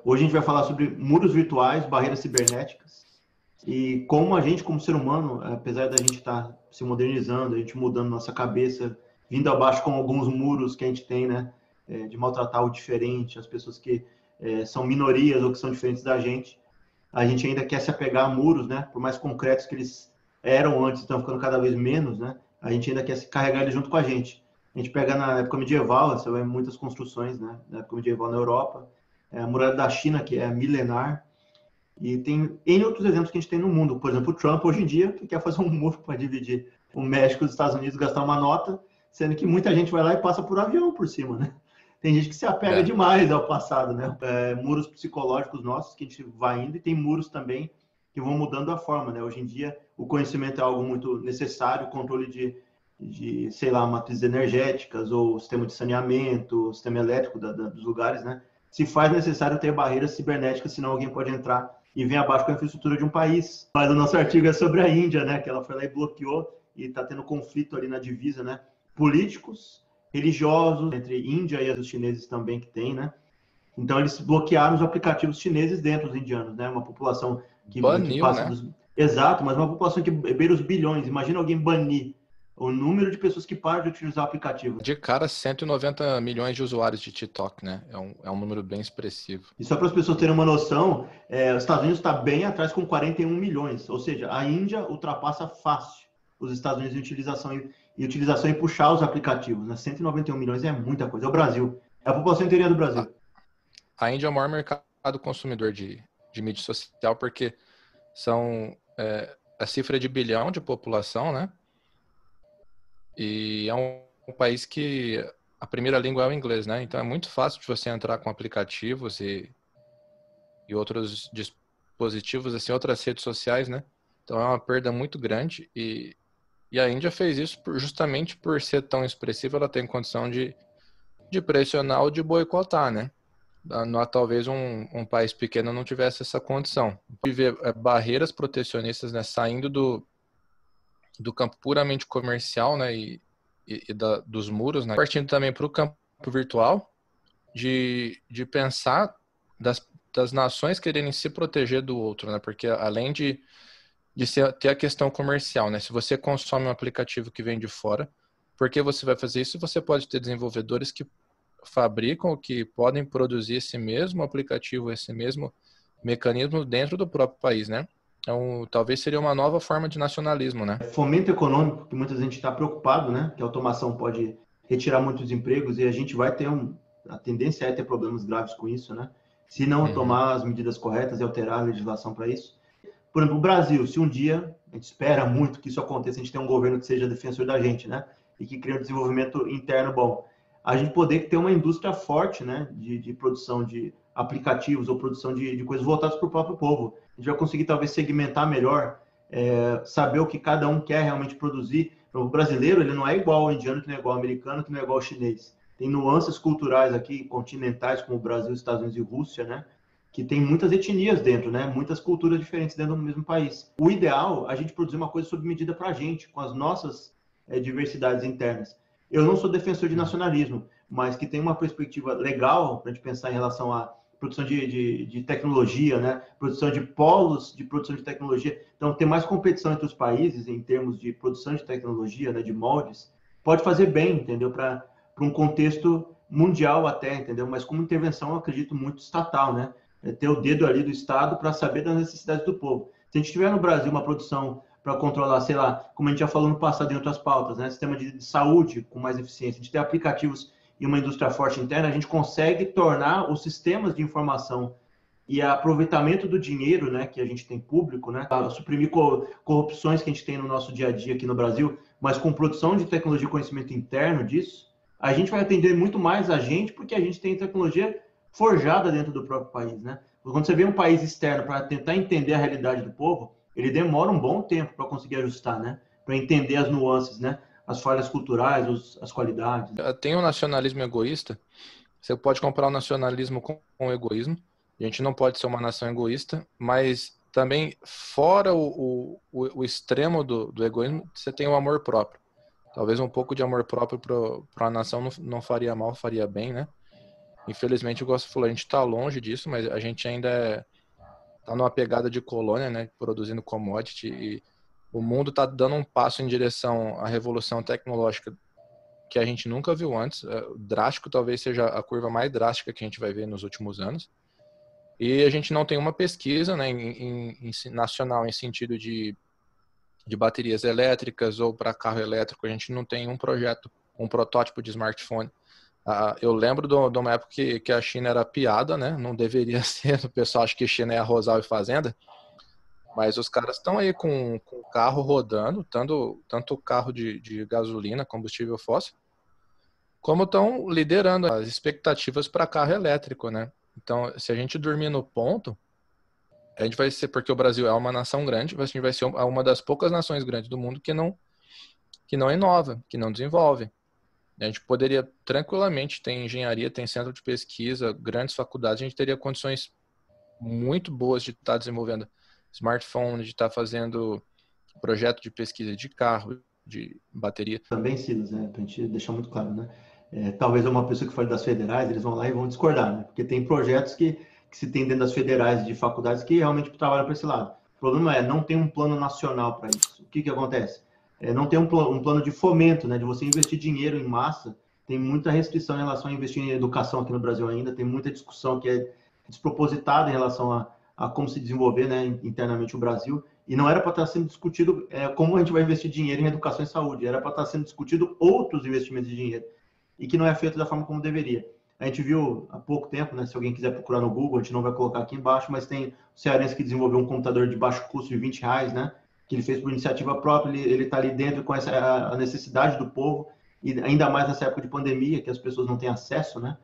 Hoje a gente vai falar sobre muros virtuais, barreiras cibernéticas e como a gente, como ser humano, apesar da gente estar se modernizando, a gente mudando nossa cabeça, vindo abaixo com alguns muros que a gente tem, né, de maltratar o diferente, as pessoas que são minorias ou que são diferentes da a gente ainda quer se apegar a muros, né, por mais concretos que eles eram antes, estão ficando cada vez menos, né, a gente ainda quer se carregar eles junto com a gente. A gente pega na época medieval, você vai muitas construções, né, na época medieval na Europa, a muralha da China, que é milenar, e tem N outros exemplos que a gente tem no mundo. Por exemplo, o Trump, hoje em dia, que quer fazer um muro para dividir o México e os Estados Unidos, gastar uma nota, sendo que muita gente vai lá e passa por avião por cima, né? Tem gente que se apega É. demais ao passado, né? Muros psicológicos nossos que a gente vai indo, e tem muros também que vão mudando a forma, né? Hoje em dia, o conhecimento é algo muito necessário, o controle sei lá, matrizes energéticas ou sistema de saneamento, sistema elétrico dos lugares, né? Se faz necessário ter barreiras cibernéticas, senão alguém pode entrar e vem abaixo com a infraestrutura de um país. Mas o nosso artigo é sobre a Índia, né? Que ela foi lá e bloqueou e está tendo conflito ali na divisa, né? Políticos, religiosos, entre Índia e os chineses também que tem, né? Então eles bloquearam os aplicativos chineses dentro dos indianos, né? Uma população que Baniu, passa né? dos... Exato, mas uma população que beira os bilhões. Imagina alguém banir o número de pessoas que param de utilizar o aplicativo. De cara, 190 milhões de usuários de TikTok, né? É um número bem expressivo. E só para as pessoas terem uma noção, os Estados Unidos está bem atrás com 41 milhões. Ou seja, a Índia ultrapassa fácil os Estados Unidos em utilização e puxar os aplicativos. Né? 191 milhões é muita coisa. É o Brasil. É a população inteira do Brasil. A Índia é o maior mercado consumidor de mídia social, porque são a cifra de bilhão de população, né? E é um país que a primeira língua é o inglês, né? Então é muito fácil de você entrar com aplicativos e outros dispositivos, assim, outras redes sociais, né? Então é uma perda muito grande e a Índia fez isso justamente por ser tão expressiva, ela tem condição de pressionar ou de boicotar, né? Talvez um país pequeno não tivesse essa condição. Ver barreiras protecionistas, né, saindo do campo puramente comercial, né, dos muros, né, partindo também para o campo virtual, de pensar das nações quererem se proteger do outro, né, porque além de ter a questão comercial, né, se você consome um aplicativo que vem de fora, por que você vai fazer isso? Você pode ter desenvolvedores que fabricam, que podem produzir esse mesmo aplicativo, esse mesmo mecanismo dentro do próprio país, né? Então, talvez seria uma nova forma de nacionalismo, né? Fomento econômico, que muita gente está preocupado, né? Que a automação pode retirar muitos empregos e a gente vai ter a tendência é ter problemas graves com isso, né? Se não Uhum. tomar as medidas corretas e alterar a legislação para isso. Por exemplo, o Brasil, se um dia, a gente espera muito que isso aconteça, a gente tem um governo que seja defensor da gente, né? E que crie um desenvolvimento interno bom. A gente poder ter uma indústria forte, né? De produção de aplicativos ou produção de coisas voltadas para o próprio povo. A gente vai conseguir talvez segmentar melhor, saber o que cada um quer realmente produzir. O brasileiro, ele não é igual ao indiano, que não é igual ao americano, que não é igual ao chinês. Tem nuances culturais aqui, continentais, como o Brasil, Estados Unidos e Rússia, né? Que tem muitas etnias dentro, né? Muitas culturas diferentes dentro do mesmo país. O ideal é a gente produzir uma coisa sob medida para a gente, com as nossas diversidades internas. Eu não sou defensor de nacionalismo, mas que tem uma perspectiva legal para a gente pensar em relação à produção de tecnologia, né? Produção de polos de produção de tecnologia. Então, ter mais competição entre os países em termos de produção de tecnologia, né? De moldes, pode fazer bem, entendeu? Para um contexto mundial até, entendeu? Mas como intervenção, eu acredito muito estatal, né? Ter o dedo ali do Estado para saber das necessidades do povo. Se a gente tiver no Brasil uma produção para controlar, sei lá, como a gente já falou no passado em outras pautas, né? Sistema de saúde com mais eficiência, a gente ter aplicativos e uma indústria forte interna, a gente consegue tornar os sistemas de informação e aproveitamento do dinheiro, né, que a gente tem público, né, suprimir corrupções que a gente tem no nosso dia a dia aqui no Brasil, mas com produção de tecnologia e conhecimento interno disso, a gente vai atender muito mais a gente, porque a gente tem tecnologia forjada dentro do próprio país, né? Quando você vê um país externo para tentar entender a realidade do povo, ele demora um bom tempo para conseguir ajustar, né? Para entender as nuances, né? As falhas culturais, as qualidades. Tem o nacionalismo egoísta. Você pode comparar o nacionalismo com o egoísmo. A gente não pode ser uma nação egoísta, mas também fora o extremo do egoísmo, você tem o amor próprio. Talvez um pouco de amor próprio para a nação não faria mal, faria bem, né? Infelizmente, eu gosto de falar, a gente está longe disso, mas a gente ainda está numa pegada de colônia, né, produzindo commodity, e o mundo está dando um passo em direção à revolução tecnológica que a gente nunca viu antes. Drástico talvez seja a curva mais drástica que a gente vai ver nos últimos anos. E a gente não tem uma pesquisa, né, nacional em sentido de baterias elétricas ou para carro elétrico. A gente não tem um projeto, um protótipo de smartphone. Eu lembro de uma época que a China era piada, né? Não deveria ser. O pessoal acha que China é arrozal e fazenda. Mas os caras estão aí com o carro rodando, tanto carro de gasolina, combustível fóssil, como estão liderando as expectativas para carro elétrico, né? Então, se a gente dormir no ponto, a gente vai ser, porque o Brasil é uma nação grande, a gente vai ser uma das poucas nações grandes do mundo que não inova, que não desenvolve. A gente poderia tranquilamente ter engenharia, tem centro de pesquisa, grandes faculdades, a gente teria condições muito boas de estar desenvolvendo smartphone, de estar fazendo projeto de pesquisa de carro, de bateria. Também, Silas, né? Para a gente deixar muito claro, né? Talvez uma pessoa que fale das federais, eles vão lá e vão discordar, né? Porque tem projetos que se tem dentro das federais de faculdades que realmente trabalham para esse lado. O problema não tem um plano nacional para isso. O que acontece? Não tem um plano de fomento, né? De você investir dinheiro em massa. Tem muita restrição em relação a investir em educação aqui no Brasil ainda. Tem muita discussão que é despropositada em relação a como se desenvolver, né, internamente o Brasil. E não era para estar sendo discutido como a gente vai investir dinheiro em educação e saúde. Era para estar sendo discutido outros investimentos de dinheiro. E que não é feito da forma como deveria. A gente viu há pouco tempo, né, se alguém quiser procurar no Google, a gente não vai colocar aqui embaixo, mas tem o cearense que desenvolveu um computador de baixo custo de R$20, né, que ele fez por iniciativa própria, ele está ali dentro com a necessidade do povo, e ainda mais nessa época de pandemia, que as pessoas não têm acesso, né,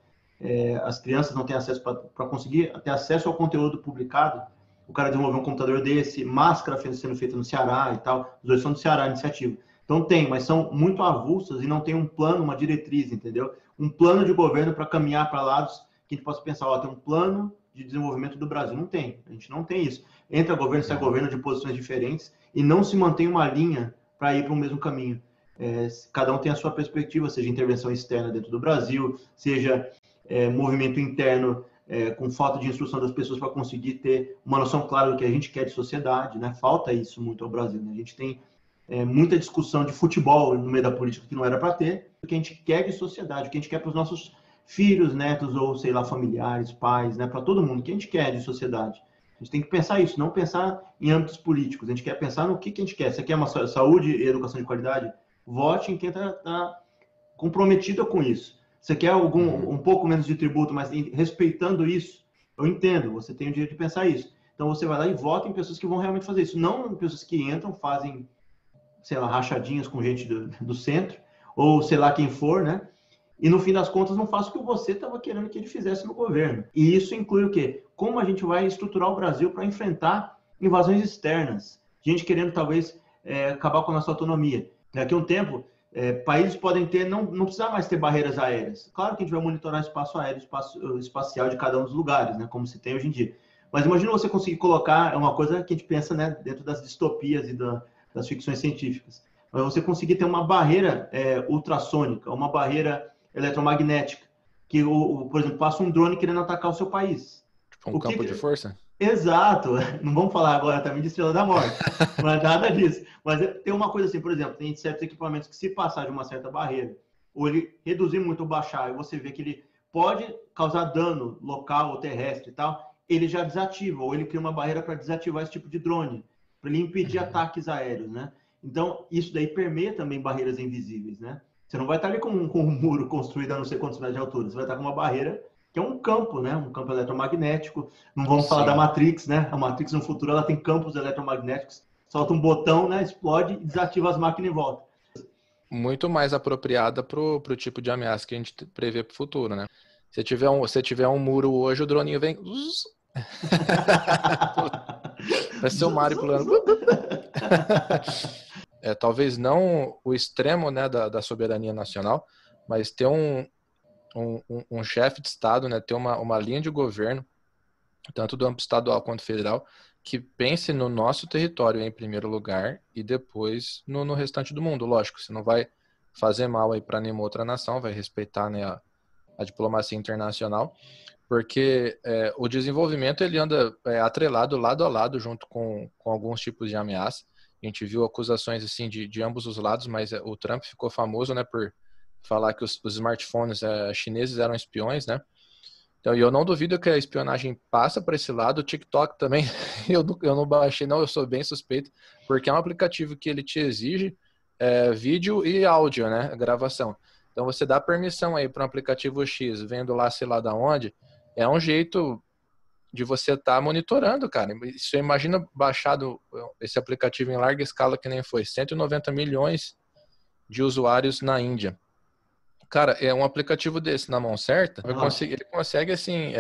as crianças não têm acesso para conseguir ter acesso ao conteúdo publicado. O cara desenvolveu um computador desse, máscara sendo feita no Ceará e tal, os dois são do Ceará, a iniciativa. Então tem, mas são muito avulsas e não tem um plano, uma diretriz, entendeu? Um plano de governo para caminhar para lados que a gente possa pensar, tem um plano de desenvolvimento do Brasil. Não tem, a gente não tem isso. Entra governo, sai governo de posições diferentes e não se mantém uma linha para ir para o mesmo caminho. Cada um tem a sua perspectiva, seja intervenção externa dentro do Brasil, seja movimento interno com falta de instrução das pessoas para conseguir ter uma noção clara do que a gente quer de sociedade, né? Falta isso muito ao Brasil, né? A gente tem muita discussão de futebol no meio da política que não era para ter, o que a gente quer de sociedade, o que a gente quer para os nossos filhos, netos ou, sei lá, familiares, pais, né? Para todo mundo, o que a gente quer de sociedade. A gente tem que pensar isso, não pensar em âmbitos políticos, a gente quer pensar no que a gente quer. Você quer uma saúde e educação de qualidade? Vote em quem está comprometida com isso. Você quer um pouco menos de tributo, mas respeitando isso, eu entendo, você tem o direito de pensar isso. Então você vai lá e vota em pessoas que vão realmente fazer isso, não em pessoas que entram, fazem, sei lá, rachadinhas com gente do centro, ou sei lá quem for, né? E no fim das contas não faz o que você estava querendo que ele fizesse no governo. E isso inclui o quê? Como a gente vai estruturar o Brasil para enfrentar invasões externas. Gente querendo talvez acabar com a nossa autonomia. Daqui a um tempo, países podem ter, não precisar mais ter barreiras aéreas. Claro que a gente vai monitorar o espaço aéreo, espacial de cada um dos lugares, né? Como se tem hoje em dia. Mas imagina você conseguir colocar, é uma coisa que a gente pensa, né, dentro das distopias e das ficções científicas. Mas você conseguir ter uma barreira ultrassônica, uma barreira eletromagnética, que, por exemplo, passa um drone querendo atacar o seu país. Tipo um campo de força? Exato. Não vamos falar agora também de Estrela da Morte, não é nada disso. Mas tem uma coisa assim, por exemplo, tem certos equipamentos que se passar de uma certa barreira, ou ele reduzir muito ou baixar, e você vê que ele pode causar dano local ou terrestre e tal, ele já desativa, ou ele cria uma barreira para desativar esse tipo de drone, para ele impedir ataques aéreos, né? Então, isso daí permeia também barreiras invisíveis, né? Você não vai estar ali com um muro construído a não sei quantos metros de altura, você vai estar com uma barreira que é um campo, né? Um campo eletromagnético. Não vamos falar da Matrix, né? A Matrix no futuro ela tem campos eletromagnéticos, solta um botão, né? Explode e desativa as máquinas em volta. Muito mais apropriada pro tipo de ameaça que a gente prevê para o futuro, né? Se tiver um muro hoje, o droninho vem. Vai ser o Mario pulando. Talvez não o extremo, né, da soberania nacional, mas ter um chefe de Estado, né, ter uma linha de governo, tanto do âmbito estadual quanto federal, que pense no nosso território em primeiro lugar e depois no restante do mundo. Lógico, você não vai fazer mal aí para nenhuma outra nação, vai respeitar, né, a diplomacia internacional, porque o desenvolvimento ele anda atrelado lado a lado junto com alguns tipos de ameaça. A gente viu acusações assim de ambos os lados, mas o Trump ficou famoso, né, por falar que os smartphones chineses eram espiões, né? Então, eu não duvido que a espionagem passa para esse lado. O TikTok também, eu não baixei, não, eu sou bem suspeito, porque é um aplicativo que ele te exige vídeo e áudio, né, gravação. Então, você dá permissão aí para um aplicativo X, vendo lá, sei lá da onde, é um jeito de você estar monitorando, cara. Você imagina baixado esse aplicativo em larga escala que nem foi, 190 milhões de usuários na Índia. Cara, é um aplicativo desse na mão certa, ele consegue assim,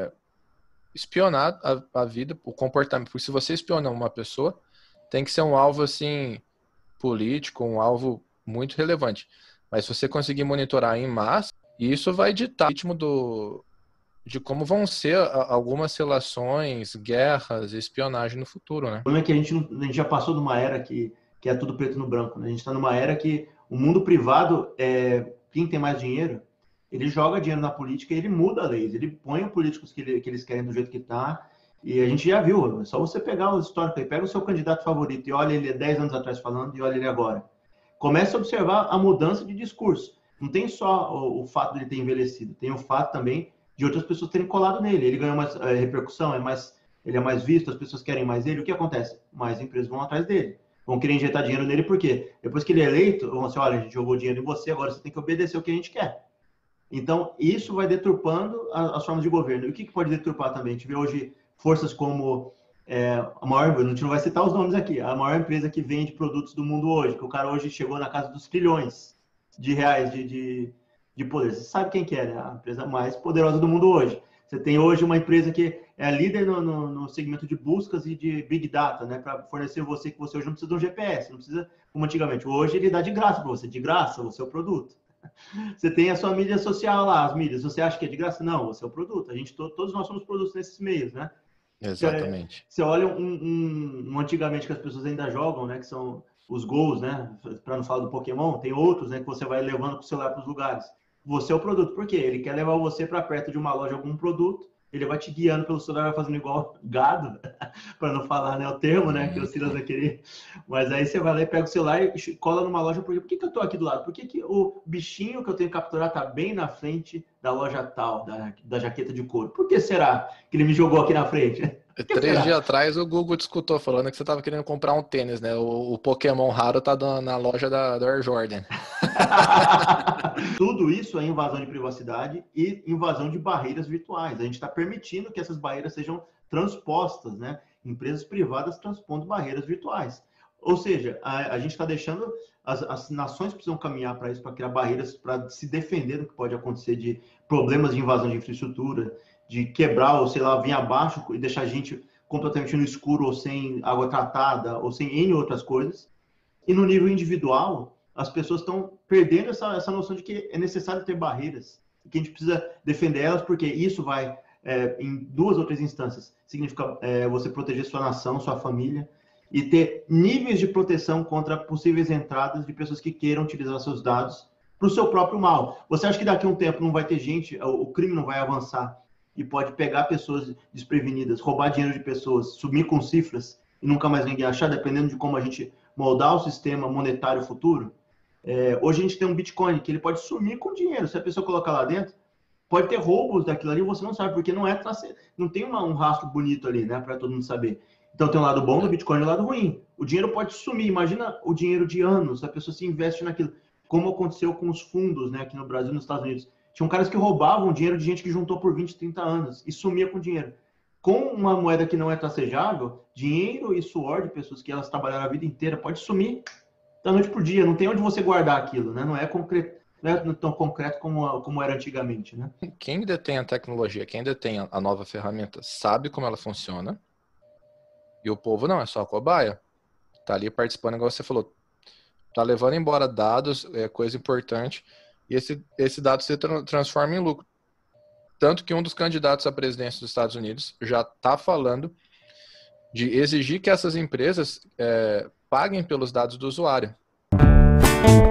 espionar a vida, o comportamento. Porque se você espiona uma pessoa, tem que ser um alvo assim, político, um alvo muito relevante. Mas se você conseguir monitorar em massa, isso vai ditar o ritmo de como vão ser algumas relações, guerras, espionagem no futuro, né? O problema é que a gente já passou de uma era que é tudo preto no branco, né? A gente está numa era que o mundo privado, quem tem mais dinheiro, ele joga dinheiro na política e ele muda a lei, ele põe os políticos que eles querem do jeito que está. E a gente já viu, é só você pegar o histórico aí, pega o seu candidato favorito e olha ele 10 anos atrás falando e olha ele agora. Comece a observar a mudança de discurso. Não tem só o fato de ele ter envelhecido, tem o fato também de outras pessoas terem colado nele. Ele ganhou mais repercussão, ele é mais visto, as pessoas querem mais ele. O que acontece? Mais empresas vão atrás dele. Vão querer injetar dinheiro nele, por quê? Depois que ele é eleito, vão dizer, olha, a gente jogou dinheiro em você, agora você tem que obedecer o que a gente quer. Então, isso vai deturpando as formas de governo. E o que pode deturpar também? A gente vê hoje forças como a maior, a gente não vai citar os nomes aqui, a maior empresa que vende produtos do mundo hoje, que o cara hoje chegou na casa dos trilhões de reais de poder. Você sabe quem que é, né? A empresa mais poderosa do mundo hoje. Você tem hoje uma empresa que é líder no segmento de buscas e de Big Data, né? Para fornecer você, que você hoje não precisa de um GPS, não precisa como antigamente. Hoje ele dá de graça para você, de graça, o seu produto. Você tem a sua mídia social lá, as mídias. Você acha que é de graça? Não, você é o produto. Todos nós somos produtos nesses meios, né? Exatamente. Você olha antigamente que as pessoas ainda jogam, né? Que são os gols, né? Para não falar do Pokémon, tem outros, né? Que você vai levando com o celular para os lugares. Você é o produto. Por quê? Ele quer levar você para perto de uma loja, algum produto. Ele vai te guiando pelo celular, vai fazendo igual gado, para não falar, né, o termo, né, que o Silas vai querer. Mas aí você vai lá e pega o celular e cola numa loja. Por que eu tô aqui do lado? Por que o bichinho que eu tenho que capturar tá bem na frente da loja tal, da jaqueta de couro? Por que será que ele me jogou aqui na frente? 3 dias atrás o Google discutiu falando que você estava querendo comprar um tênis, né? O Pokémon raro tá na loja da Air Jordan. Tudo isso é invasão de privacidade e invasão de barreiras virtuais. A gente está permitindo que essas barreiras sejam transpostas, né? Empresas privadas transpondo barreiras virtuais. Ou seja, a gente está deixando, as nações precisam caminhar para isso, para criar barreiras para se defender do que pode acontecer de problemas de invasão de infraestrutura, de quebrar, ou sei lá, vir abaixo e deixar a gente completamente no escuro, ou sem água tratada, ou sem N outras coisas. E no nível individual, as pessoas estão perdendo essa noção de que é necessário ter barreiras, que a gente precisa defender elas, porque isso vai, em 2 ou 3 instâncias, significa você proteger sua nação, sua família, e ter níveis de proteção contra possíveis entradas de pessoas que queiram utilizar seus dados para o seu próprio mal. Você acha que daqui a um tempo não vai ter gente, o crime não vai avançar e pode pegar pessoas desprevenidas, roubar dinheiro de pessoas, sumir com cifras e nunca mais ninguém achar, dependendo de como a gente moldar o sistema monetário futuro? Hoje a gente tem um Bitcoin que ele pode sumir com dinheiro. Se a pessoa colocar lá dentro, pode ter roubos daquilo ali, você não sabe, porque não tem um rastro bonito ali, né, para todo mundo saber. Então tem um lado bom do Bitcoin e um lado ruim. O dinheiro pode sumir. Imagina o dinheiro de anos, a pessoa se investe naquilo. Como aconteceu com os fundos, né, aqui no Brasil e nos Estados Unidos. Tinham caras que roubavam dinheiro de gente que juntou por 20, 30 anos e sumia com dinheiro. Com uma moeda que não é tracejável, dinheiro e suor de pessoas que elas trabalharam a vida inteira pode sumir da noite por dia. Não tem onde você guardar aquilo, né? Não é concreto, não é tão concreto como era antigamente, né? Quem detém a tecnologia, quem detém a nova ferramenta, sabe como ela funciona. E o povo não, é só a cobaia. Tá ali participando, igual você falou. Tá levando embora dados, é coisa importante. E esse dado se transforma em lucro. Tanto que um dos candidatos à presidência dos Estados Unidos já está falando de exigir que essas empresas paguem pelos dados do usuário.